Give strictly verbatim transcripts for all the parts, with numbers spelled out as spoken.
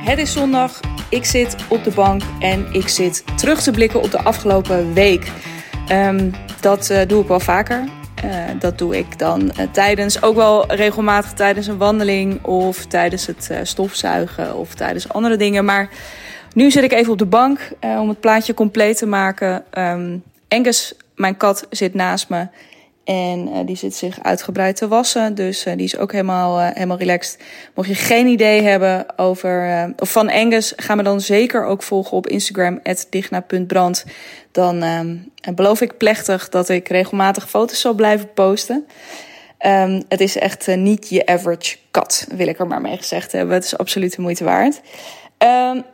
Het is zondag, ik zit op de bank en ik zit terug te blikken op de afgelopen week. Um, dat uh, doe ik wel vaker. Uh, dat doe ik dan uh, tijdens, ook wel regelmatig tijdens een wandeling of tijdens het uh, stofzuigen of tijdens andere dingen. Maar nu zit ik even op de bank uh, om het plaatje compleet te maken. Um, Angus, mijn kat, zit naast me. En uh, die zit zich uitgebreid te wassen. Dus uh, die is ook helemaal, uh, helemaal relaxed. Mocht je geen idee hebben over, uh, of van Angus, ga me dan zeker ook volgen op Instagram, at digna punt brand. Dan uh, beloof ik plechtig dat ik regelmatig foto's zal blijven posten. Um, het is echt uh, niet je average kat, wil ik er maar mee gezegd hebben. Het is absoluut de moeite waard. Um,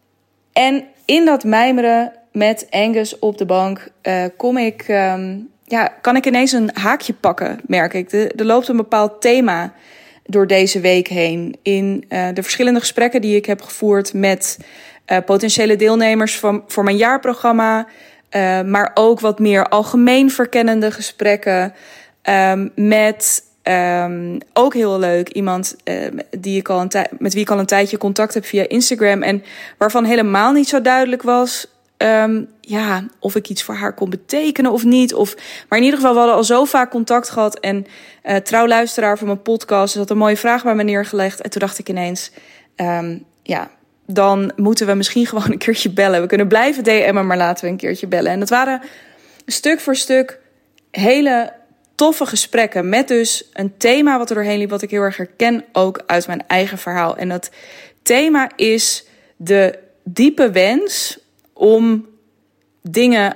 en in dat mijmeren met Angus op de bank uh, kom ik... Um, Ja, kan ik ineens een haakje pakken, merk ik. Er, er loopt een bepaald thema door deze week heen. In uh, de verschillende gesprekken die ik heb gevoerd met uh, potentiële deelnemers van, voor mijn jaarprogramma. Uh, maar ook wat meer algemeen verkennende gesprekken. Um, met um, ook heel leuk iemand uh, die ik al een tij- met wie ik al een tijdje contact heb via Instagram. En waarvan helemaal niet zo duidelijk was... Um, ja, of ik iets voor haar kon betekenen of niet. Of, maar in ieder geval, we hadden al zo vaak contact gehad. En uh, trouw luisteraar van mijn podcast had een mooie vraag bij me neergelegd. En toen dacht ik ineens, um, ja, dan moeten we misschien gewoon een keertje bellen. We kunnen blijven D M'en, maar laten we een keertje bellen. En dat waren stuk voor stuk hele toffe gesprekken. Met dus een thema wat er doorheen liep, wat ik heel erg herken, ook uit mijn eigen verhaal. En dat thema is de diepe wens om dingen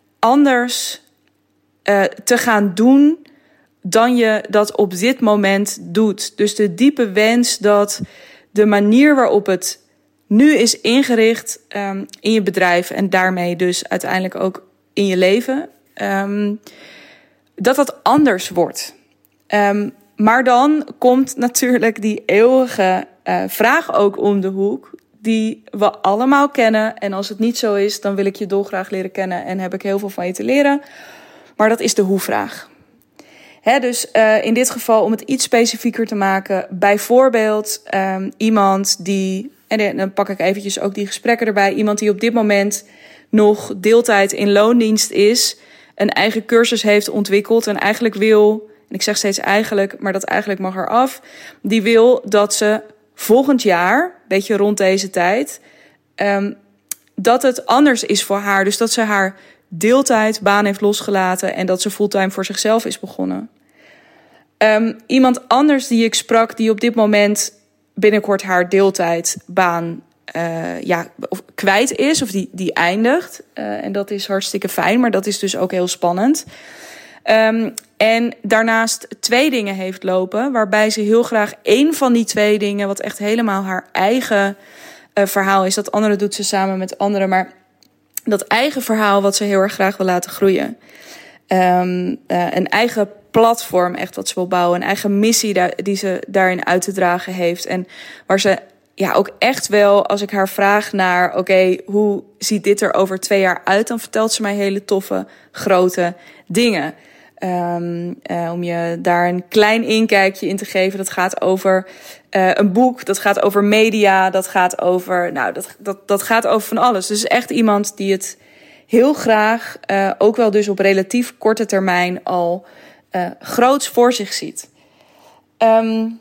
anders uh, te gaan doen dan je dat op dit moment doet. Dus de diepe wens dat de manier waarop het nu is ingericht um, in je bedrijf en daarmee dus uiteindelijk ook in je leven, um, dat dat anders wordt. Um, maar dan komt natuurlijk die eeuwige uh, vraag ook om de hoek, die we allemaal kennen. En als het niet zo is, dan wil ik je dolgraag leren kennen en heb ik heel veel van je te leren. Maar dat is de hoe-vraag. Hè, dus uh, in dit geval, om het iets specifieker te maken, bijvoorbeeld um, iemand die, en dan pak ik eventjes ook die gesprekken erbij, iemand die op dit moment nog deeltijd in loondienst is, een eigen cursus heeft ontwikkeld en eigenlijk wil, en ik zeg steeds eigenlijk, maar dat eigenlijk mag eraf, die wil dat ze volgend jaar, beetje rond deze tijd, um, dat het anders is voor haar. Dus dat ze haar deeltijdbaan heeft losgelaten en dat ze fulltime voor zichzelf is begonnen. Um, iemand anders die ik sprak, die op dit moment binnenkort haar deeltijdbaan uh, ja, of kwijt is, of die, die eindigt. Uh, en dat is hartstikke fijn, maar dat is dus ook heel spannend. Um, en daarnaast twee dingen heeft lopen, waarbij ze heel graag één van die twee dingen, wat echt helemaal haar eigen uh, verhaal is, dat andere doet ze samen met anderen, maar dat eigen verhaal wat ze heel erg graag wil laten groeien. Um, uh, een eigen platform echt wat ze wil bouwen, een eigen missie da- die ze daarin uit te dragen heeft. En waar ze ja ook echt wel, als ik haar vraag naar, oké, okay, hoe ziet dit er over twee jaar uit, dan vertelt ze mij hele toffe, grote dingen. Um, uh, om je daar een klein inkijkje in te geven. Dat gaat over uh, een boek, dat gaat over media, dat gaat over, nou, dat, dat, dat gaat over van alles. Dus echt iemand die het heel graag, uh, ook wel dus op relatief korte termijn, al uh, groots voor zich ziet. Um,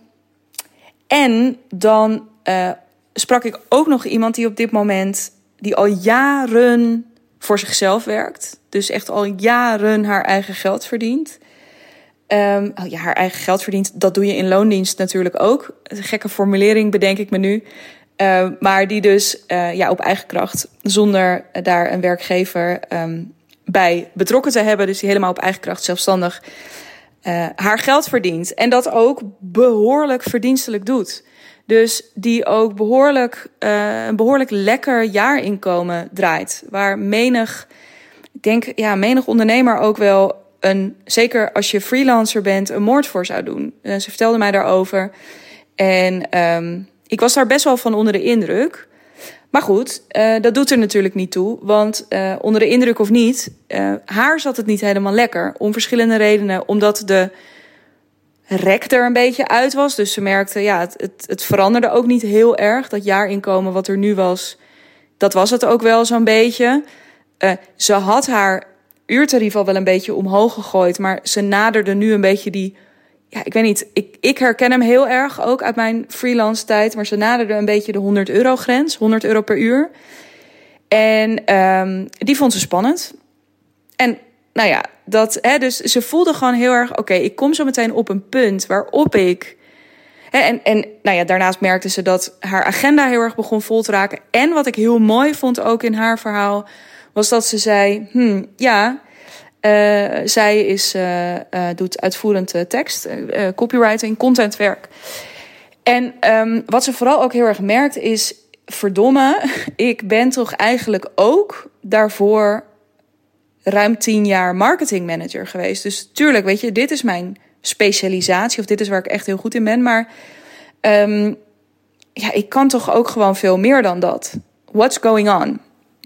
en dan uh, sprak ik ook nog iemand die op dit moment, die al jaren voor zichzelf werkt. Dus echt al jaren haar eigen geld verdient. Um, oh ja, haar eigen geld verdient, dat doe je in loondienst natuurlijk ook. Een gekke formulering bedenk ik me nu. Uh, maar die dus uh, ja, op eigen kracht, zonder daar een werkgever um, bij betrokken te hebben, dus die helemaal op eigen kracht zelfstandig uh, haar geld verdient. En dat ook behoorlijk verdienstelijk doet. Dus die ook behoorlijk, uh, een behoorlijk lekker jaarinkomen draait. Waar menig, ik denk, ja, menig ondernemer ook wel een, zeker als je freelancer bent, een moord voor zou doen. Uh, ze vertelde mij daarover. En um, ik was daar best wel van onder de indruk. Maar goed, uh, dat doet er natuurlijk niet toe. Want uh, onder de indruk of niet, uh, haar zat het niet helemaal lekker. Om verschillende redenen. Omdat de rek er een beetje uit was. Dus ze merkte, ja, het, het, het veranderde ook niet heel erg. Dat jaarinkomen wat er nu was, dat was het ook wel zo'n beetje. Uh, ze had haar uurtarief al wel een beetje omhoog gegooid, maar ze naderde nu een beetje die... Ja, ik weet niet, ik, ik herken hem heel erg ook uit mijn freelance tijd, maar ze naderde een beetje de honderd euro grens, honderd euro per uur. En um, die vond ze spannend. En nou ja, dat, hè, dus ze voelde gewoon heel erg, oké, okay, ik kom zo meteen op een punt waarop ik... Hè, en, en nou ja, daarnaast merkte ze dat haar agenda heel erg begon vol te raken. En wat ik heel mooi vond ook in haar verhaal, was dat ze zei, hmm, ja... Uh, zij is, uh, uh, doet uitvoerend uh, tekst, uh, copywriting, contentwerk. En um, wat ze vooral ook heel erg merkt is... verdomme, ik ben toch eigenlijk ook daarvoor ruim tien jaar marketingmanager geweest. Dus tuurlijk, weet je, dit is mijn specialisatie, of dit is waar ik echt heel goed in ben. Maar um, ja, ik kan toch ook gewoon veel meer dan dat. What's going on?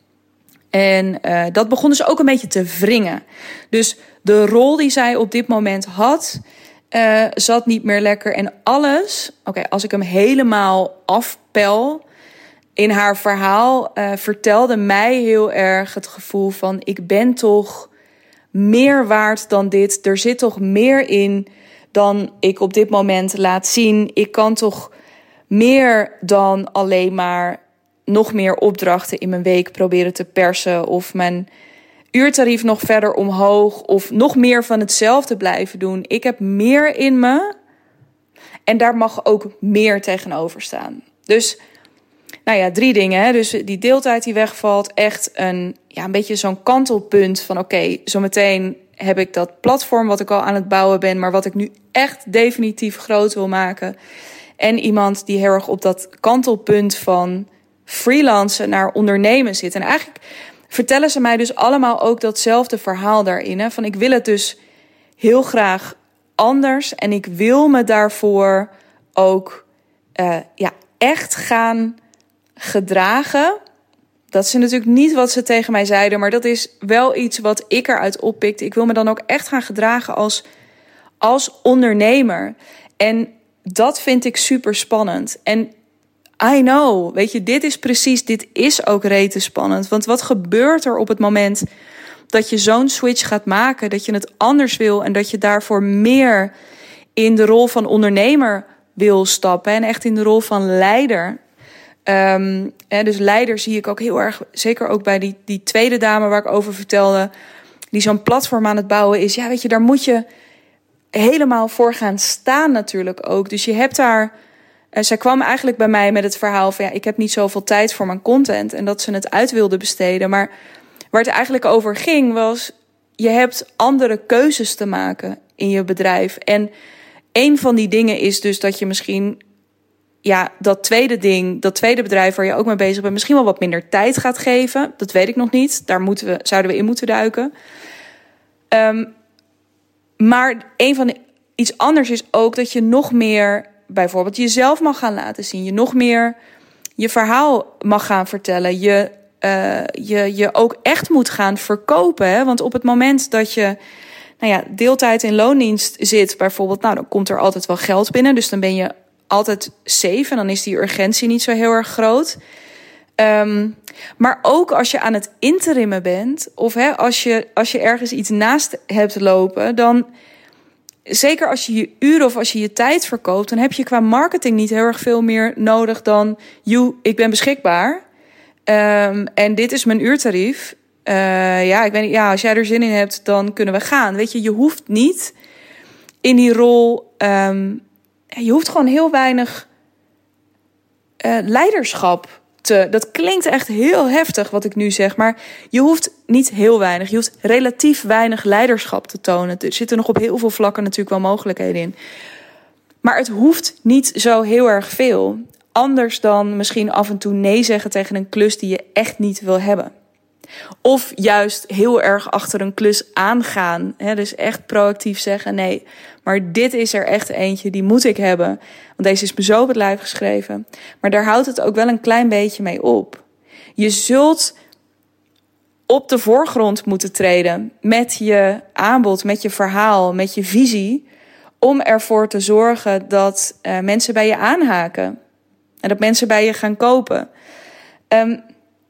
En uh, dat begon dus ook een beetje te wringen. Dus de rol die zij op dit moment had, uh, zat niet meer lekker. En alles, oké, okay, als ik hem helemaal afpel, in haar verhaal uh, vertelde mij heel erg het gevoel van, ik ben toch meer waard dan dit. Er zit toch meer in dan ik op dit moment laat zien. Ik kan toch meer dan alleen maar nog meer opdrachten in mijn week proberen te persen, of mijn uurtarief nog verder omhoog, of nog meer van hetzelfde blijven doen. Ik heb meer in me en daar mag ook meer tegenover staan. Dus nou ja, drie dingen. Hè? Dus die deeltijd die wegvalt, echt een, ja, een beetje zo'n kantelpunt van oké, okay, zometeen heb ik dat platform wat ik al aan het bouwen ben, maar wat ik nu echt definitief groot wil maken. En iemand die heel erg op dat kantelpunt van freelancen naar ondernemen zit. En eigenlijk vertellen ze mij dus allemaal ook datzelfde verhaal daarin. Hè? Van ik wil het dus heel graag anders en ik wil me daarvoor ook uh, ja, echt gaan gedragen. Dat is natuurlijk niet wat ze tegen mij zeiden, maar dat is wel iets wat ik eruit oppikte. Ik wil me dan ook echt gaan gedragen als, als ondernemer. En dat vind ik super spannend. En I know, weet je, dit is precies, dit is ook rete spannend. Want wat gebeurt er op het moment dat je zo'n switch gaat maken, dat je het anders wil en dat je daarvoor meer in de rol van ondernemer wil stappen en echt in de rol van leider. Um, hè, dus leider zie ik ook heel erg, zeker ook bij die, die tweede dame waar ik over vertelde, die zo'n platform aan het bouwen is. Ja, weet je, daar moet je helemaal voor gaan staan natuurlijk ook. Dus je hebt daar... Uh, zij kwam eigenlijk bij mij met het verhaal van ja, ik heb niet zoveel tijd voor mijn content en dat ze het uit wilde besteden. Maar waar het eigenlijk over ging was, je hebt andere keuzes te maken in je bedrijf. En een van die dingen is dus dat je misschien, ja, dat tweede ding, dat tweede bedrijf waar je ook mee bezig bent, misschien wel wat minder tijd gaat geven. Dat weet ik nog niet. Daar moeten we, zouden we in moeten duiken. Um, maar een van de, iets anders is ook dat je nog meer bijvoorbeeld jezelf mag gaan laten zien. Je nog meer je verhaal mag gaan vertellen. Je, uh, je, je ook echt moet gaan verkopen. Hè? Want op het moment dat je nou ja, deeltijd in loondienst zit bijvoorbeeld, nou, dan komt er altijd wel geld binnen. Dus dan ben je altijd safe en dan is die urgentie niet zo heel erg groot. Um, maar ook als je aan het interimmen bent, of hè, als je, als je ergens iets naast hebt lopen, dan zeker als je je uren of als je je tijd verkoopt, dan heb je qua marketing niet heel erg veel meer nodig dan, you, ik ben beschikbaar. Um, en dit is mijn uurtarief. Uh, ja, ik weet niet, ja, als jij er zin in hebt, dan kunnen we gaan. Weet je, je hoeft niet in die rol, um, je hoeft gewoon heel weinig uh, leiderschap te, dat klinkt echt heel heftig wat ik nu zeg, maar je hoeft niet heel weinig. Je hoeft relatief weinig leiderschap te tonen. Er zitten nog op heel veel vlakken natuurlijk wel mogelijkheden in. Maar het hoeft niet zo heel erg veel. Anders dan misschien af en toe nee zeggen tegen een klus die je echt niet wil hebben. Of juist heel erg achter een klus aangaan. Hè? Dus echt proactief zeggen, nee, maar dit is er echt eentje, die moet ik hebben. Want deze is me zo op het lijf geschreven. Maar daar houdt het ook wel een klein beetje mee op. Je zult op de voorgrond moeten treden met je aanbod, met je verhaal, met je visie. om ervoor te zorgen dat uh, mensen bij je aanhaken. En dat mensen bij je gaan kopen. Um,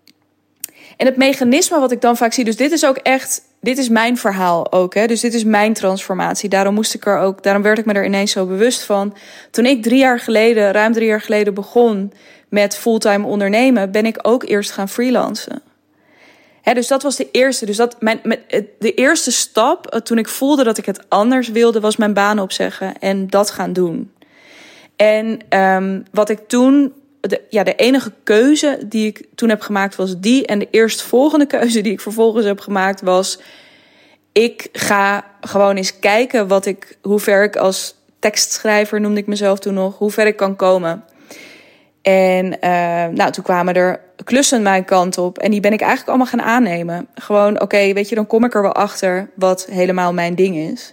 en het mechanisme wat ik dan vaak zie, dus dit is ook echt, dit is mijn verhaal ook, hè? Dus dit is mijn transformatie. Daarom moest ik er ook, daarom werd ik me er ineens zo bewust van. Toen ik drie jaar geleden, ruim drie jaar geleden begon met fulltime ondernemen, ben ik ook eerst gaan freelancen. Hè, dus dat was de eerste. Dus dat mijn, mijn, de eerste stap, toen ik voelde dat ik het anders wilde, was mijn baan opzeggen en dat gaan doen. En um, wat ik toen, de, ja, de enige keuze die ik toen heb gemaakt was die. En de eerstvolgende keuze die ik vervolgens heb gemaakt was, ik ga gewoon eens kijken wat ik, hoe ver ik als tekstschrijver, noemde ik mezelf toen nog, hoe ver ik kan komen. En uh, nou, toen kwamen er klussen mijn kant op en die ben ik eigenlijk allemaal gaan aannemen. Gewoon, oké, okay, weet je, dan kom ik er wel achter wat helemaal mijn ding is.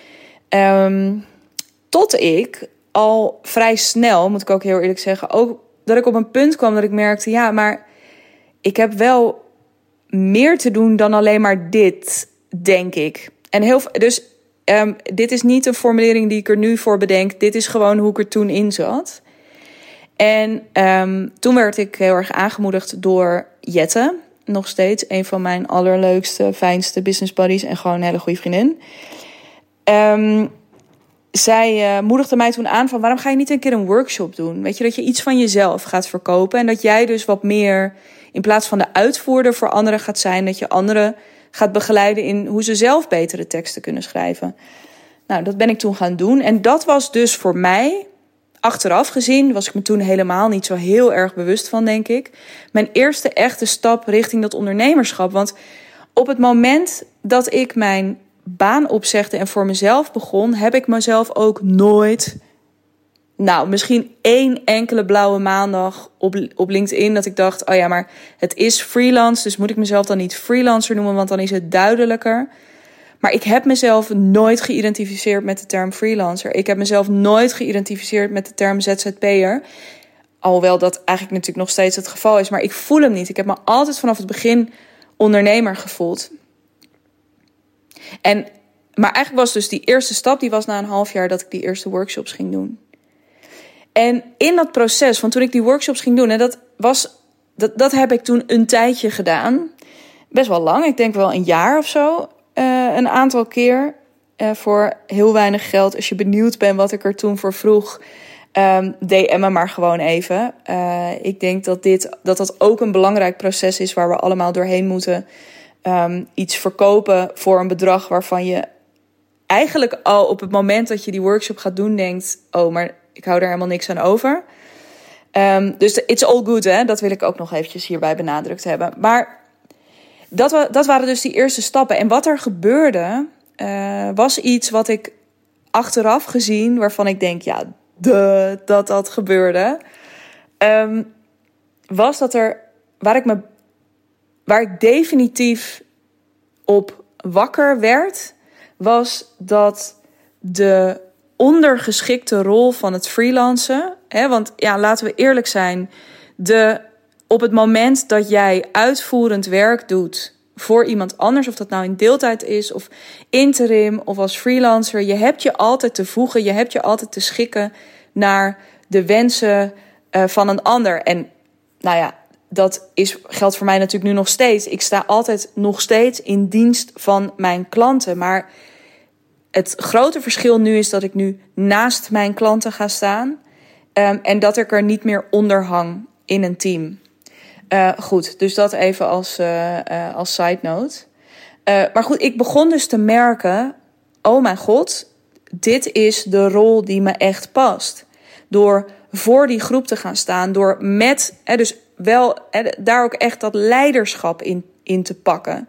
Um, tot ik al vrij snel, moet ik ook heel eerlijk zeggen, ook dat ik op een punt kwam dat ik merkte, ja, maar ik heb wel meer te doen dan alleen maar dit, denk ik. En heel, dus um, dit is niet een formulering die ik er nu voor bedenk. Dit is gewoon hoe ik er toen in zat. En um, toen werd ik heel erg aangemoedigd door Jette. Nog steeds een van mijn allerleukste, fijnste business buddies en gewoon een hele goede vriendin. Um, zij uh, moedigde mij toen aan van, waarom ga je niet een keer een workshop doen? Weet je, dat je iets van jezelf gaat verkopen en dat jij dus wat meer, in plaats van de uitvoerder voor anderen gaat zijn, dat je anderen gaat begeleiden in hoe ze zelf betere teksten kunnen schrijven. Nou, dat ben ik toen gaan doen. En dat was dus voor mij, achteraf gezien, was ik me toen helemaal niet zo heel erg bewust van, denk ik, mijn eerste echte stap richting dat ondernemerschap. Want op het moment dat ik mijn baan opzegde en voor mezelf begon, heb ik mezelf ook nooit, nou, misschien één enkele blauwe maandag op, op LinkedIn dat ik dacht, oh ja, maar het is freelance, dus moet ik mezelf dan niet freelancer noemen, want dan is het duidelijker. Maar ik heb mezelf nooit geïdentificeerd met de term freelancer. Ik heb mezelf nooit geïdentificeerd met de term Z Z P'er. Alhoewel dat eigenlijk natuurlijk nog steeds het geval is. Maar ik voel hem niet. Ik heb me altijd vanaf het begin ondernemer gevoeld. En, maar eigenlijk was dus die eerste stap, die was na een half jaar dat ik die eerste workshops ging doen. En in dat proces, van toen ik die workshops ging doen, en dat, was, dat, dat heb ik toen een tijdje gedaan. Best wel lang, ik denk wel een jaar of zo. Uh, een aantal keer uh, voor heel weinig geld. Als je benieuwd bent wat ik er toen voor vroeg, um, D M me maar gewoon even. Uh, ik denk dat, dit, dat dat ook een belangrijk proces is waar we allemaal doorheen moeten. Um, iets verkopen voor een bedrag waarvan je eigenlijk al op het moment dat je die workshop gaat doen denkt, oh, maar ik hou er helemaal niks aan over. Um, dus it's all good, hè? Dat wil ik ook nog eventjes hierbij benadrukt hebben. Maar Dat, dat waren dus die eerste stappen. En wat er gebeurde, uh, was iets wat ik achteraf gezien, waarvan ik denk, ja, duh, dat dat gebeurde. Um, was dat er, waar ik me, waar ik definitief op wakker werd, was dat de ondergeschikte rol van het freelancen, hè, want ja, laten we eerlijk zijn, de op het moment dat jij uitvoerend werk doet voor iemand anders, of dat nou in deeltijd is of interim of als freelancer, je hebt je altijd te voegen, je hebt je altijd te schikken naar de wensen uh, van een ander. En nou ja, dat is, geldt voor mij natuurlijk nu nog steeds. Ik sta altijd nog steeds in dienst van mijn klanten. Maar het grote verschil nu is dat ik nu naast mijn klanten ga staan um, en dat ik er niet meer onder hang in een team. Uh, goed, dus dat even als, uh, uh, als side note. Uh, maar goed, ik begon dus te merken, oh mijn god, dit is de rol die me echt past. Door voor die groep te gaan staan, door met, hè, dus wel hè, daar ook echt dat leiderschap in, in te pakken.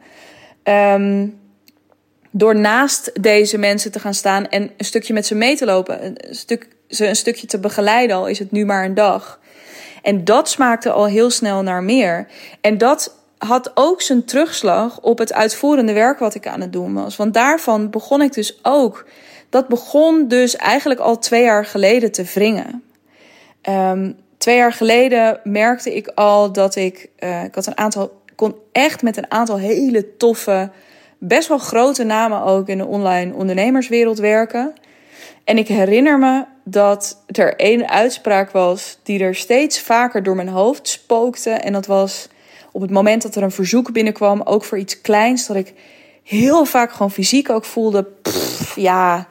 Um, door naast deze mensen te gaan staan en een stukje met ze mee te lopen, een stuk, ze een stukje te begeleiden, al is het nu maar een dag. En dat smaakte al heel snel naar meer. En dat had ook zijn terugslag op het uitvoerende werk wat ik aan het doen was. Want daarvan begon ik dus ook. Dat begon dus eigenlijk al twee jaar geleden te wringen. Um, twee jaar geleden merkte ik al dat ik... Uh, ik had een aantal, kon echt met een aantal hele toffe, best wel grote namen ook in de online ondernemerswereld werken. En ik herinner me dat er één uitspraak was die er steeds vaker door mijn hoofd spookte. En dat was op het moment dat er een verzoek binnenkwam, ook voor iets kleins, dat ik heel vaak gewoon fysiek ook voelde, pff, ja,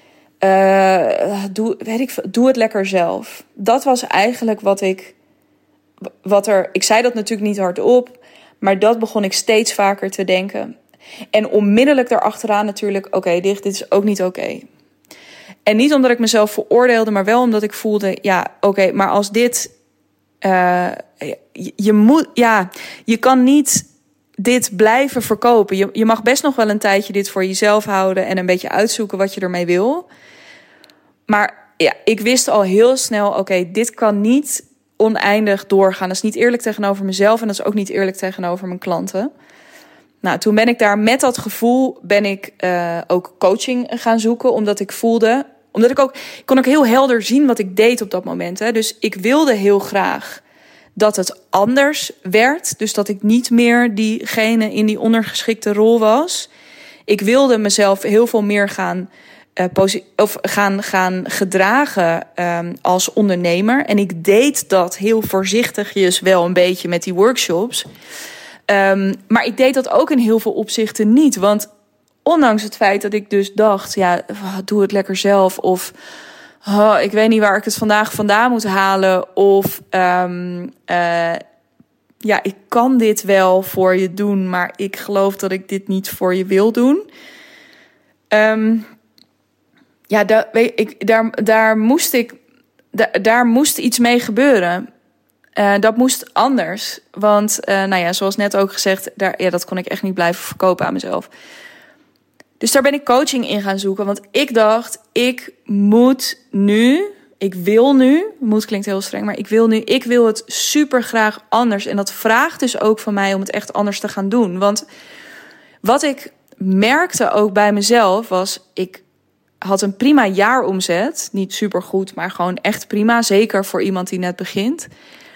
uh, doe, weet ik, doe het lekker zelf. Dat was eigenlijk wat ik, wat er, ik zei dat natuurlijk niet hardop, maar dat begon ik steeds vaker te denken. En onmiddellijk daarachteraan natuurlijk, oké, okay, dit, dit is ook niet oké. Okay. En niet omdat ik mezelf veroordeelde, maar wel omdat ik voelde, ja, oké, okay, maar als dit, uh, je, je moet, ja, je kan niet dit blijven verkopen. Je, je mag best nog wel een tijdje dit voor jezelf houden en een beetje uitzoeken wat je ermee wil. Maar ja, ik wist al heel snel, oké, okay, dit kan niet oneindig doorgaan. Dat is niet eerlijk tegenover mezelf en dat is ook niet eerlijk tegenover mijn klanten. Nou, toen ben ik daar met dat gevoel ben ik uh, ook coaching gaan zoeken, omdat ik voelde, omdat ik ook, ik kon ook heel helder zien wat ik deed op dat moment. Hè. Dus ik wilde heel graag dat het anders werd, dus dat ik niet meer diegene in die ondergeschikte rol was. Ik wilde mezelf heel veel meer gaan, uh, posi- of gaan, gaan gedragen um, als ondernemer. En ik deed dat heel voorzichtigjes wel een beetje met die workshops. Um, maar ik deed dat ook in heel veel opzichten niet. Want ondanks het feit dat ik dus dacht, ja, doe het lekker zelf. Of oh, ik weet niet waar ik het vandaag vandaan moet halen. Of um, uh, ja, ik kan dit wel voor je doen, maar ik geloof dat ik dit niet voor je wil doen. Um, ja, da, weet ik, daar, daar moest ik, da, daar moest iets mee gebeuren. Uh, dat moest anders. Want, uh, nou ja, zoals net ook gezegd, daar, ja, dat kon ik echt niet blijven verkopen aan mezelf. Dus daar ben ik coaching in gaan zoeken. Want ik dacht, ik moet nu, ik wil nu, moet klinkt heel streng, maar ik wil nu, ik wil het super graag anders. En dat vraagt dus ook van mij om het echt anders te gaan doen. Want wat ik merkte ook bij mezelf was, ik had een prima jaaromzet. Niet super goed, maar gewoon echt prima. Zeker voor iemand die net begint.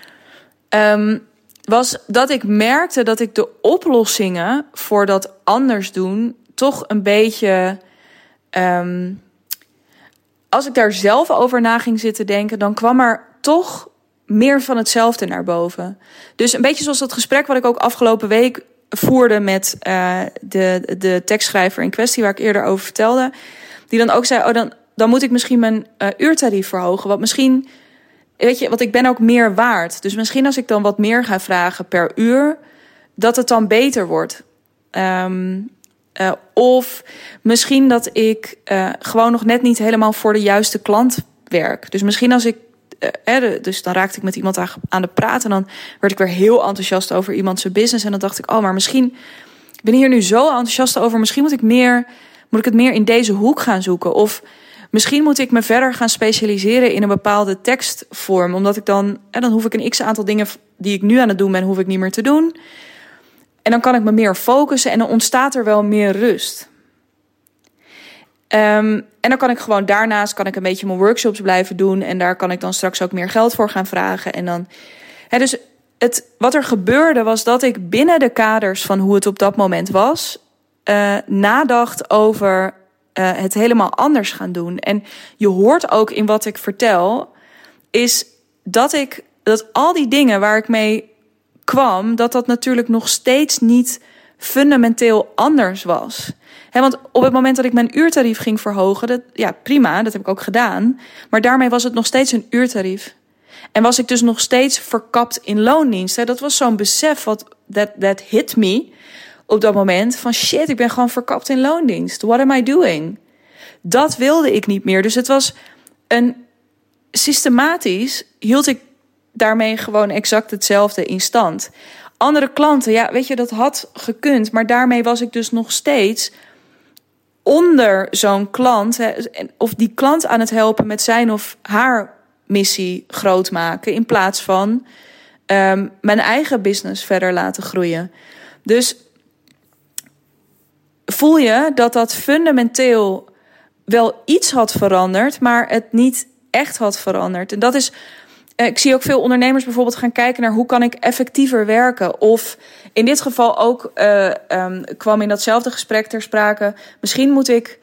Um, was dat ik merkte dat ik de oplossingen voor dat anders doen toch een beetje, um, als ik daar zelf over na ging zitten denken, dan kwam er toch meer van hetzelfde naar boven. Dus een beetje zoals dat gesprek wat ik ook afgelopen week voerde met uh, de, de tekstschrijver in kwestie, waar ik eerder over vertelde, die dan ook zei, oh, dan, dan moet ik misschien mijn uh, uurtarief verhogen, wat misschien, weet je, want ik ben ook meer waard. Dus misschien als ik dan wat meer ga vragen per uur, dat het dan beter wordt. Um, uh, of misschien dat ik uh, gewoon nog net niet helemaal voor de juiste klant werk. Dus misschien als ik, uh, eh, dus dan raakte ik met iemand aan de praat en dan werd ik weer heel enthousiast over iemand zijn business. En dan dacht ik, oh, maar misschien, ik ben hier nu zo enthousiast over, misschien moet ik meer, moet ik het meer in deze hoek gaan zoeken. Of misschien moet ik me verder gaan specialiseren in een bepaalde tekstvorm. Omdat ik dan, en dan hoef ik een x-aantal dingen die ik nu aan het doen ben, hoef ik niet meer te doen. En dan kan ik me meer focussen en dan ontstaat er wel meer rust. Um, en dan kan ik gewoon daarnaast kan ik een beetje mijn workshops blijven doen. En daar kan ik dan straks ook meer geld voor gaan vragen. En dan, hè, dus het, wat er gebeurde was dat ik binnen de kaders van hoe het op dat moment was, uh, nadacht over Uh, het helemaal anders gaan doen. En je hoort ook in wat ik vertel, is dat ik, dat al die dingen waar ik mee kwam, dat dat natuurlijk nog steeds niet fundamenteel anders was. He, want op het moment dat ik mijn uurtarief ging verhogen, dat, ja, prima, dat heb ik ook gedaan. Maar daarmee was het nog steeds een uurtarief. En was ik dus nog steeds verkapt in loondienst. He, dat was zo'n besef wat that, that hit me op dat moment van shit, ik ben gewoon verkapt in loondienst. What am I doing? Dat wilde ik niet meer. Dus het was een systematisch hield ik daarmee gewoon exact hetzelfde in stand. Andere klanten, ja, weet je, dat had gekund, maar daarmee was ik dus nog steeds onder zo'n klant, hè, of die klant aan het helpen met zijn of haar missie groot maken, in plaats van um, mijn eigen business verder laten groeien. Dus voel je dat dat fundamenteel wel iets had veranderd, maar het niet echt had veranderd. En dat is, ik zie ook veel ondernemers bijvoorbeeld gaan kijken naar hoe kan ik effectiever werken. Of in dit geval ook uh, um, kwam in datzelfde gesprek ter sprake, misschien moet ik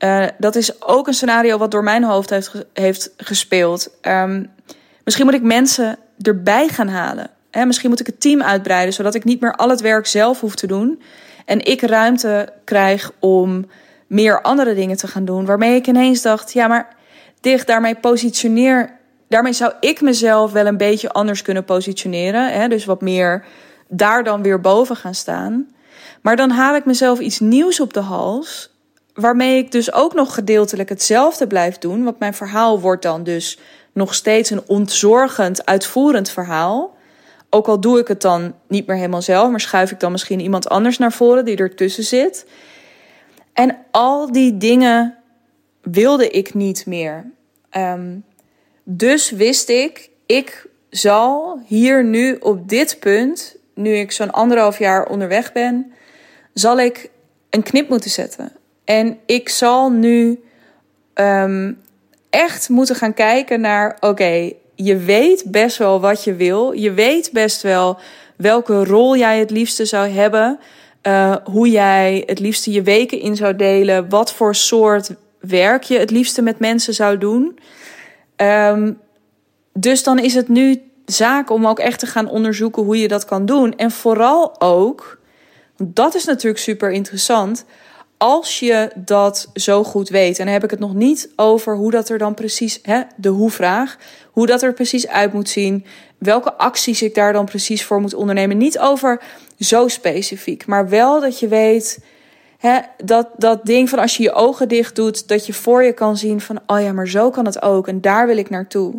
Uh, dat is ook een scenario wat door mijn hoofd heeft, heeft gespeeld. Um, misschien moet ik mensen erbij gaan halen. Hè? Misschien moet ik het team uitbreiden, zodat ik niet meer al het werk zelf hoef te doen. En ik ruimte krijg om meer andere dingen te gaan doen. Waarmee ik ineens dacht, ja, maar dicht, daarmee positioneer... Daarmee zou ik mezelf wel een beetje anders kunnen positioneren. Hè? Dus wat meer daar dan weer boven gaan staan. Maar dan haal ik mezelf iets nieuws op de hals, waarmee ik dus ook nog gedeeltelijk hetzelfde blijf doen. Want mijn verhaal wordt dan dus nog steeds een ontzorgend, uitvoerend verhaal. Ook al doe ik het dan niet meer helemaal zelf, maar schuif ik dan misschien iemand anders naar voren die ertussen zit. En al die dingen wilde ik niet meer. Um, dus wist ik, ik zal hier nu op dit punt, nu ik zo'n anderhalf jaar onderweg ben, zal ik een knip moeten zetten. En ik zal nu um, echt moeten gaan kijken naar, oké, okay, je weet best wel wat je wil. Je weet best wel welke rol jij het liefste zou hebben. Uh, hoe jij het liefste je weken in zou delen. Wat voor soort werk je het liefste met mensen zou doen. Um, dus dan is het nu zaak om ook echt te gaan onderzoeken hoe je dat kan doen. En vooral ook, dat is natuurlijk super interessant, als je dat zo goed weet. En dan heb ik het nog niet over hoe dat er dan precies, hè, de hoe-vraag, hoe dat er precies uit moet zien, welke acties ik daar dan precies voor moet ondernemen. Niet over zo specifiek, maar wel dat je weet, hè, dat, dat ding van als je je ogen dicht doet, dat je voor je kan zien van, oh ja, maar zo kan het ook en daar wil ik naartoe.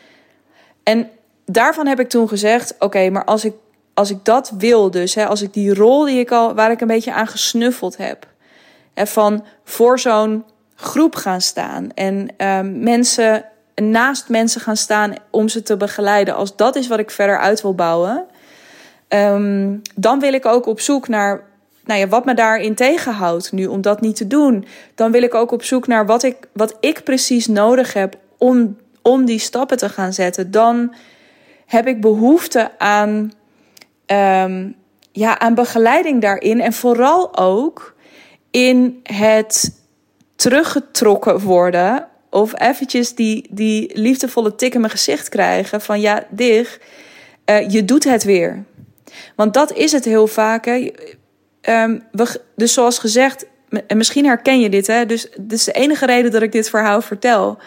En daarvan heb ik toen gezegd, oké, okay, maar als ik, als ik dat wil dus, hè, als ik die rol die ik al, waar ik een beetje aan gesnuffeld heb, hè, van voor zo'n groep gaan staan en uh, mensen, naast mensen gaan staan om ze te begeleiden, als dat is wat ik verder uit wil bouwen, um, dan wil ik ook op zoek naar, nou ja, wat me daarin tegenhoudt nu om dat niet te doen. Dan wil ik ook op zoek naar wat ik, wat ik precies nodig heb om, om die stappen te gaan zetten. Dan heb ik behoefte aan, um, ja, aan begeleiding daarin. En vooral ook in het teruggetrokken worden, of eventjes die, die liefdevolle tik in mijn gezicht krijgen van, ja, Dig, uh, je doet het weer. Want dat is het heel vaak, hè. Um, we, dus zoals gezegd, en misschien herken je dit, hè. Dus dit is de enige reden dat ik dit verhaal vertel.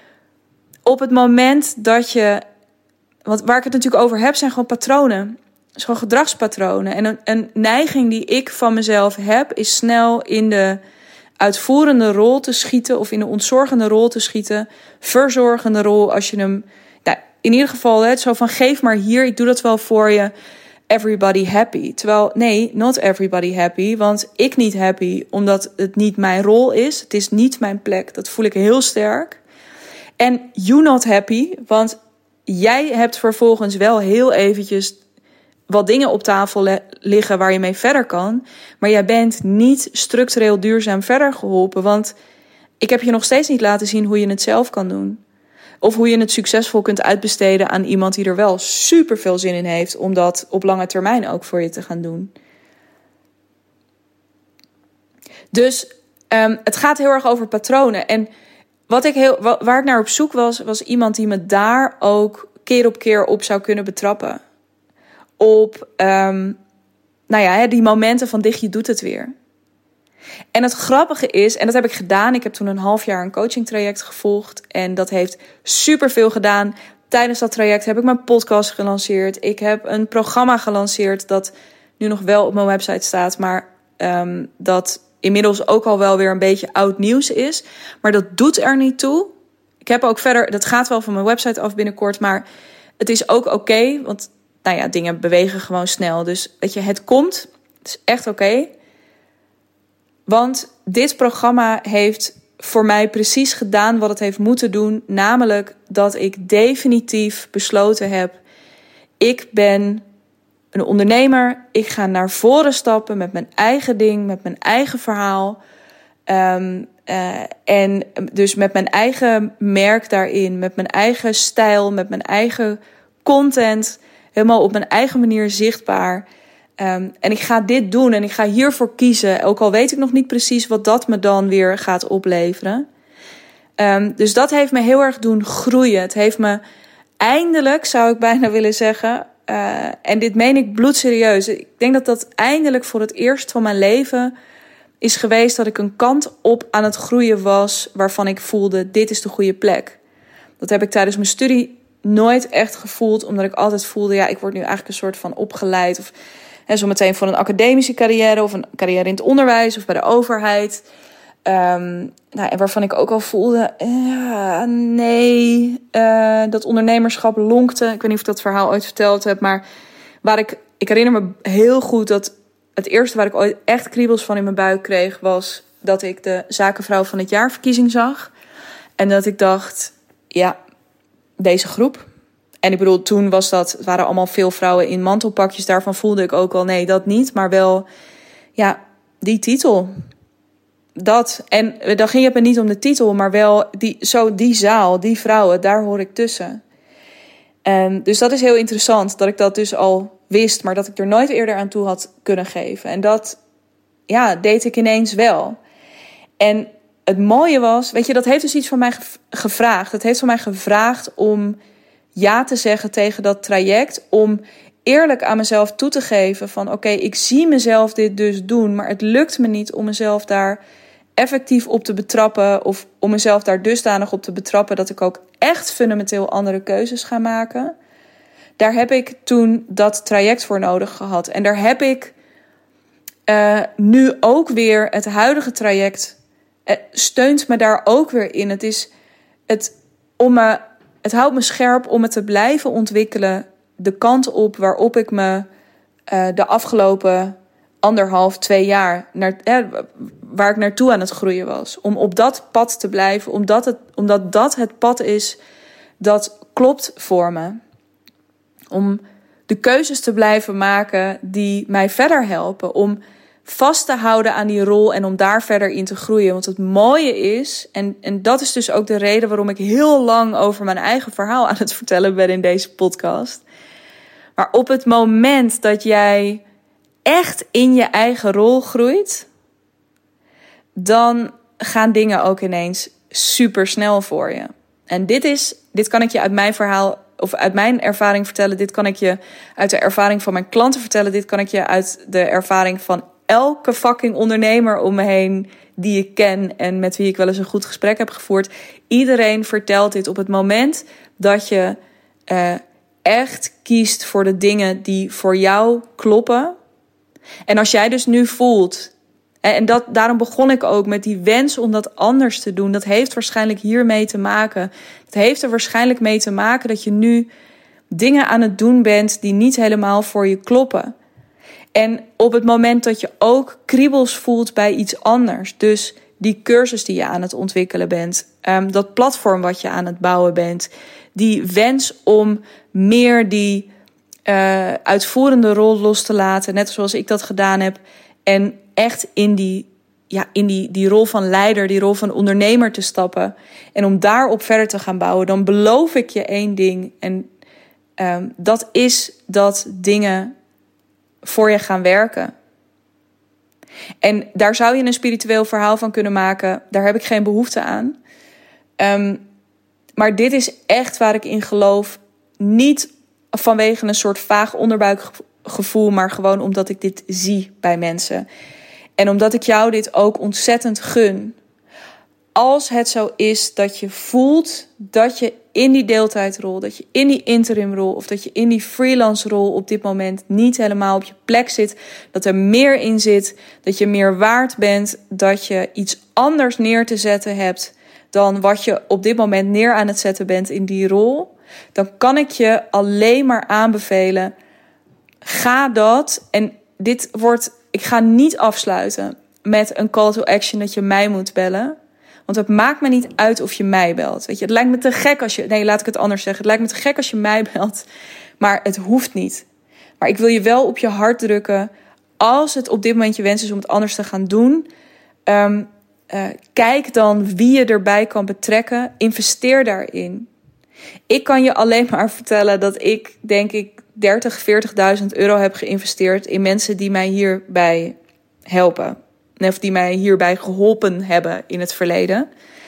Op het moment dat je, want waar ik het natuurlijk over heb, zijn gewoon patronen. Dus gewoon gedragspatronen. En een, een neiging die ik van mezelf heb, is snel in de uitvoerende rol te schieten, of in de ontzorgende rol te schieten. Verzorgende rol, als je hem, nou, in ieder geval, hè, zo van, geef maar hier, ik doe dat wel voor je. Everybody happy. Terwijl, nee, not everybody happy. Want ik niet happy, omdat het niet mijn rol is. Het is niet mijn plek. Dat voel ik heel sterk. En you not happy, want jij hebt vervolgens wel heel eventjes wat dingen op tafel le- liggen waar je mee verder kan. Maar jij bent niet structureel duurzaam verder geholpen. Want ik heb je nog steeds niet laten zien hoe je het zelf kan doen. Of hoe je het succesvol kunt uitbesteden aan iemand die er wel super veel zin in heeft om dat op lange termijn ook voor je te gaan doen. Dus um, het gaat heel erg over patronen. En wat ik heel, waar ik naar op zoek was, was iemand die me daar ook keer op keer op zou kunnen betrappen. Op um, nou ja, die momenten van, Dig, je doet het weer. En het grappige is, en dat heb ik gedaan, ik heb toen een half jaar een coachingtraject gevolgd en dat heeft superveel gedaan. Tijdens dat traject heb ik mijn podcast gelanceerd. Ik heb een programma gelanceerd dat nu nog wel op mijn website staat, maar um, dat inmiddels ook al wel weer een beetje oud nieuws is. Maar dat doet er niet toe. Ik heb ook verder, dat gaat wel van mijn website af binnenkort, maar het is ook oké, okay, want nou ja, dingen bewegen gewoon snel. Dus weet je, het komt, het is echt oké. Okay. Want dit programma heeft voor mij precies gedaan wat het heeft moeten doen. Namelijk dat ik definitief besloten heb, ik ben een ondernemer. Ik ga naar voren stappen met mijn eigen ding, met mijn eigen verhaal. Um, uh, en dus met mijn eigen merk daarin, met mijn eigen stijl, met mijn eigen content. Helemaal op mijn eigen manier zichtbaar. Um, en ik ga dit doen en ik ga hiervoor kiezen. Ook al weet ik nog niet precies wat dat me dan weer gaat opleveren. Um, dus dat heeft me heel erg doen groeien. Het heeft me eindelijk, zou ik bijna willen zeggen... Uh, en dit meen ik bloedserieus. Ik denk dat dat eindelijk voor het eerst van mijn leven is geweest... dat ik een kant op aan het groeien was... waarvan ik voelde, dit is de goede plek. Dat heb ik tijdens mijn studie nooit echt gevoeld... omdat ik altijd voelde, ja, ik word nu eigenlijk een soort van opgeleid... of hè, zometeen voor een academische carrière... of een carrière in het onderwijs of bij de overheid... Um, nou, en waarvan ik ook al voelde, ja, nee, uh, dat ondernemerschap lonkte. Ik weet niet of ik dat verhaal ooit verteld heb, maar waar ik, ik herinner me heel goed dat het eerste waar ik ooit echt kriebels van in mijn buik kreeg, was dat ik de Zakenvrouw van het Jaar verkiezing zag. En dat ik dacht, ja, deze groep. En ik bedoel, toen was dat, het waren allemaal veel vrouwen in mantelpakjes. Daarvan voelde ik ook al, nee, dat niet. Maar wel, ja, die titel. Dat, en dan ging het me niet om de titel, maar wel die, zo die zaal, die vrouwen, daar hoor ik tussen. En dus dat is heel interessant, dat ik dat dus al wist, maar dat ik er nooit eerder aan toe had kunnen geven. En dat, ja, deed ik ineens wel. En het mooie was, weet je, dat heeft dus iets van mij gevraagd. Het heeft van mij gevraagd om ja te zeggen tegen dat traject, om eerlijk aan mezelf toe te geven van oké, okay, ik zie mezelf dit dus doen, maar het lukt me niet om mezelf daar effectief op te betrappen of om mezelf daar dusdanig op te betrappen dat ik ook echt fundamenteel andere keuzes ga maken. Daar heb ik toen dat traject voor nodig gehad. En daar heb ik uh, nu ook weer het huidige traject uh, steunt me daar ook weer in. Het is het om me, het houdt me scherp om me te blijven ontwikkelen. De kant op waarop ik me uh, de afgelopen anderhalf, twee jaar naar, eh, waar ik naartoe aan het groeien was. Om op dat pad te blijven, omdat, het, omdat dat het pad is dat klopt voor me. Om de keuzes te blijven maken die mij verder helpen. Om vast te houden aan die rol en om daar verder in te groeien. Want het mooie is, en, en dat is dus ook de reden waarom ik heel lang over mijn eigen verhaal aan het vertellen ben in deze podcast. Maar op het moment dat jij echt in je eigen rol groeit, dan gaan dingen ook ineens super snel voor je. En dit is, dit kan ik je uit mijn verhaal of uit mijn ervaring vertellen. Dit kan ik je uit de ervaring van mijn klanten vertellen. Dit kan ik je uit de ervaring van elke fucking ondernemer om me heen die ik ken en met wie ik wel eens een goed gesprek heb gevoerd. Iedereen vertelt dit op het moment dat je uh, echt kiest voor de dingen die voor jou kloppen. En als jij dus nu voelt, en dat, daarom begon ik ook met die wens om dat anders te doen. Dat heeft waarschijnlijk hiermee te maken. Het heeft er waarschijnlijk mee te maken dat je nu dingen aan het doen bent die niet helemaal voor je kloppen. En op het moment dat je ook kriebels voelt bij iets anders, dus die cursus die je aan het ontwikkelen bent, um, dat platform wat je aan het bouwen bent, die wens om meer die uh, uitvoerende rol los te laten, net zoals ik dat gedaan heb, en echt in die, ja, in die, die rol van leider, die rol van ondernemer te stappen en om daarop verder te gaan bouwen, dan beloof ik je één ding. En um, dat is dat dingen voor je gaan werken. En daar zou je een spiritueel verhaal van kunnen maken. Daar heb ik geen behoefte aan. Um, maar dit is echt waar ik in geloof. Niet vanwege een soort vaag onderbuikgevoel, maar gewoon omdat ik dit zie bij mensen. En omdat ik jou dit ook ontzettend gun. Als het zo is dat je voelt dat je in die deeltijdrol, dat je in die interimrol of dat je in die freelance rol op dit moment niet helemaal op je plek zit, dat er meer in zit, dat je meer waard bent, dat je iets anders neer te zetten hebt dan wat je op dit moment neer aan het zetten bent in die rol, dan kan ik je alleen maar aanbevelen, ga dat. En dit wordt, ik ga niet afsluiten met een call to action dat je mij moet bellen. Want het maakt me niet uit of je mij belt. Weet je, het lijkt me te gek als je... Nee, laat ik het anders zeggen. Het lijkt me te gek als je mij belt. Maar het hoeft niet. Maar ik wil je wel op je hart drukken. Als het op dit moment je wens is om het anders te gaan doen. Um, uh, kijk dan wie je erbij kan betrekken. Investeer daarin. Ik kan je alleen maar vertellen dat ik, denk ik, dertig, veertigduizend euro heb geïnvesteerd in mensen die mij hierbij helpen. Of die mij hierbij geholpen hebben in het verleden.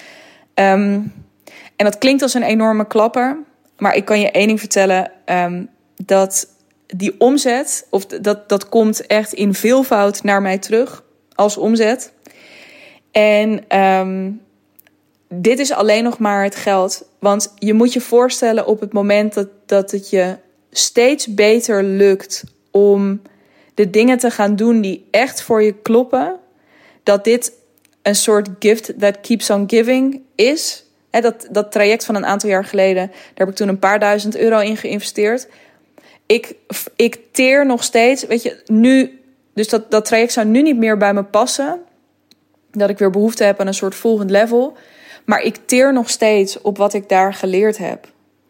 Um, en dat klinkt als een enorme klapper. Maar ik kan je één ding vertellen. Um, dat die omzet, of dat, dat komt echt in veelvoud naar mij terug als omzet. En um, dit is alleen nog maar het geld. Want je moet je voorstellen op het moment dat, dat het je steeds beter lukt om de dingen te gaan doen die echt voor je kloppen, dat dit een soort gift that keeps on giving is. He, dat, dat traject van een aantal jaar geleden, daar heb ik toen een paar duizend euro in geïnvesteerd. Ik, ik teer nog steeds, weet je, nu, dus dat, dat traject zou nu niet meer bij me passen. Dat ik weer behoefte heb aan een soort volgend level. Maar ik teer nog steeds op wat ik daar geleerd heb.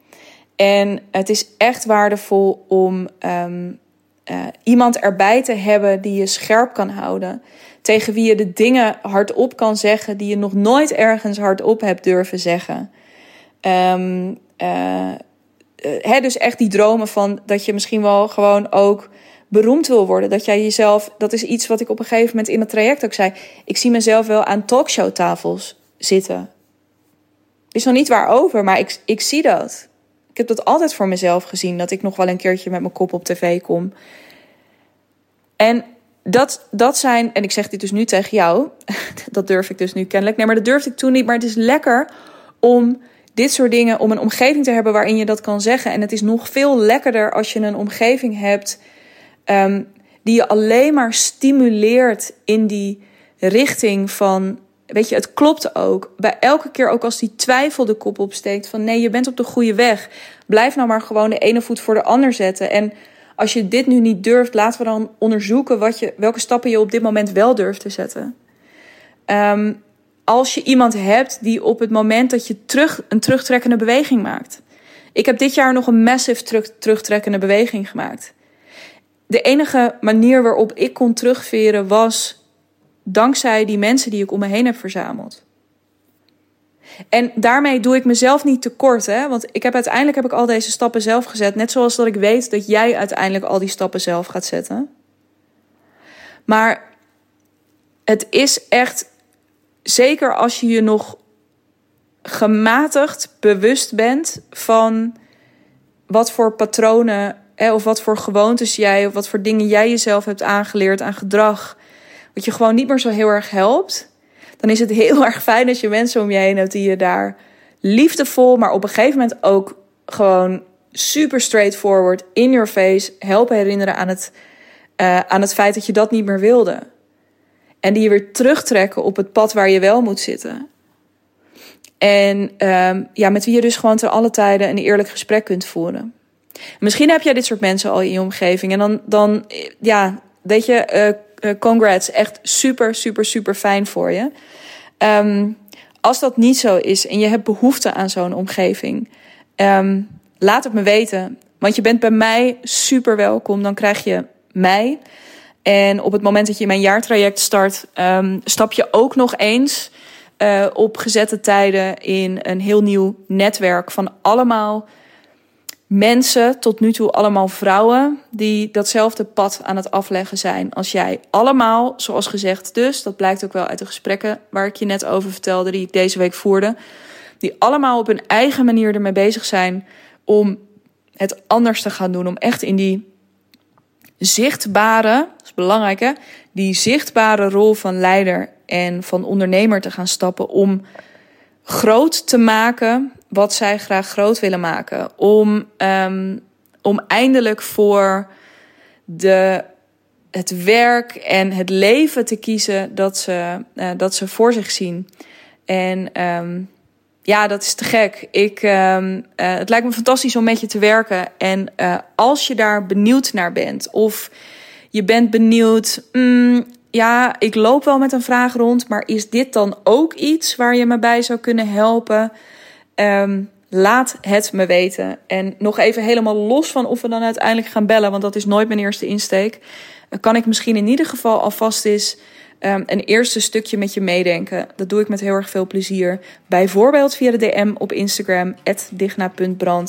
En het is echt waardevol om um, uh, iemand erbij te hebben die je scherp kan houden. Tegen wie je de dingen hardop kan zeggen die je nog nooit ergens hardop hebt durven zeggen. Um, uh, He, dus echt die dromen van dat je misschien wel gewoon ook beroemd wil worden. Dat jij jezelf, dat is iets wat ik op een gegeven moment in het traject ook zei. Ik zie mezelf wel aan talkshowtafels zitten. Het is nog niet waarover, maar ik, ik zie dat. Ik heb dat altijd voor mezelf gezien. Dat ik nog wel een keertje met mijn kop op tv kom. En dat, dat zijn, en ik zeg dit dus nu tegen jou. Dat durf ik dus nu kennelijk. Nee, maar dat durfde ik toen niet. Maar het is lekker om dit soort dingen, om een omgeving te hebben waarin je dat kan zeggen. En het is nog veel lekkerder als je een omgeving hebt um, die je alleen maar stimuleert in die richting van, weet je, het klopt ook. Bij elke keer ook als die twijfel de kop opsteekt van nee, je bent op de goede weg. Blijf nou maar gewoon de ene voet voor de ander zetten. En als je dit nu niet durft, laten we dan onderzoeken wat je, welke stappen je op dit moment wel durft te zetten. Um, Als je iemand hebt die op het moment dat je terug, een terugtrekkende beweging maakt. Ik heb dit jaar nog een massive terug, terugtrekkende beweging gemaakt. De enige manier waarop ik kon terugveren was dankzij die mensen die ik om me heen heb verzameld. En daarmee doe ik mezelf niet tekort, hè? Want ik heb uiteindelijk heb ik al deze stappen zelf gezet. Net zoals dat ik weet dat jij uiteindelijk al die stappen zelf gaat zetten. Maar het is echt, zeker als je je nog gematigd bewust bent van wat voor patronen hè, of wat voor gewoontes jij of wat voor dingen jij jezelf hebt aangeleerd aan gedrag, wat je gewoon niet meer zo heel erg helpt, dan is het heel erg fijn als je mensen om je heen hebt die je daar liefdevol, maar op een gegeven moment ook gewoon super straightforward, in your face, helpen herinneren aan het, uh, aan het feit dat je dat niet meer wilde. En die je weer terugtrekken op het pad waar je wel moet zitten. En um, ja, met wie je dus gewoon te alle tijden een eerlijk gesprek kunt voeren. Misschien heb jij dit soort mensen al in je omgeving. En dan, dan ja, weet je, uh, uh, congrats. Echt super, super, super fijn voor je. Um, als dat niet zo is en je hebt behoefte aan zo'n omgeving, um, laat het me weten. Want je bent bij mij super welkom. Dan krijg je mij. En op het moment dat je mijn jaartraject start, um, stap je ook nog eens uh, op gezette tijden in een heel nieuw netwerk van allemaal mensen, tot nu toe allemaal vrouwen, die datzelfde pad aan het afleggen zijn als jij. Allemaal, zoals gezegd dus, dat blijkt ook wel uit de gesprekken waar ik je net over vertelde, die ik deze week voerde, die allemaal op hun eigen manier ermee bezig zijn om het anders te gaan doen, om echt in die zichtbare, dat is belangrijk hè, die zichtbare rol van leider en van ondernemer te gaan stappen om groot te maken wat zij graag groot willen maken. Om, um, om eindelijk voor de, het werk en het leven te kiezen dat ze, uh, dat ze voor zich zien. En um, ja, dat is te gek. Ik, um, uh, het lijkt me fantastisch om met je te werken. En uh, als je daar benieuwd naar bent, of je bent benieuwd, mm, ja, ik loop wel met een vraag rond, maar is dit dan ook iets waar je me bij zou kunnen helpen? Um, laat het me weten. En nog even helemaal los van of we dan uiteindelijk gaan bellen, want dat is nooit mijn eerste insteek. Dan kan ik misschien in ieder geval alvast eens Um, een eerste stukje met je meedenken. Dat doe ik met heel erg veel plezier. Bijvoorbeeld via de D M op Instagram, at digna punt brand.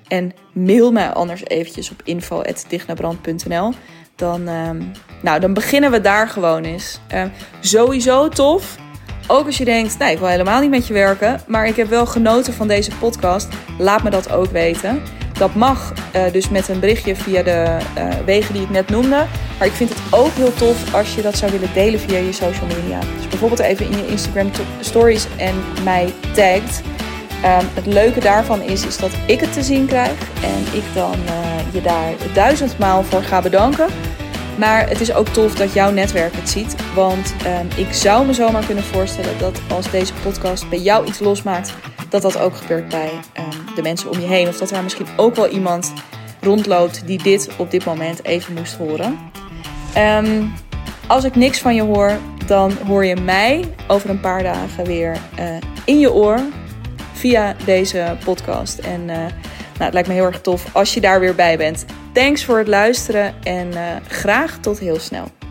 En mail mij anders eventjes op info at dignabrand punt n l. Dan, um, nou, dan beginnen we daar gewoon eens. Uh, sowieso tof. Ook als je denkt, nee, ik wil helemaal niet met je werken. Maar ik heb wel genoten van deze podcast. Laat me dat ook weten. Dat mag uh, dus met een berichtje via de uh, wegen die ik net noemde. Maar ik vind het ook heel tof als je dat zou willen delen via je social media. Dus bijvoorbeeld even in je Instagram stories en mij tagt. Um, het leuke daarvan is, is dat ik het te zien krijg. En ik dan uh, je daar duizendmaal voor ga bedanken. Maar het is ook tof dat jouw netwerk het ziet. Want um, ik zou me zomaar kunnen voorstellen dat als deze podcast bij jou iets losmaakt, dat dat ook gebeurt bij um, de mensen om je heen. Of dat er misschien ook wel iemand rondloopt die dit op dit moment even moest horen. Um, als ik niks van je hoor, dan hoor je mij over een paar dagen weer uh, in je oor via deze podcast. En uh, nou, het lijkt me heel erg tof als je daar weer bij bent. Thanks voor het luisteren en uh, graag tot heel snel.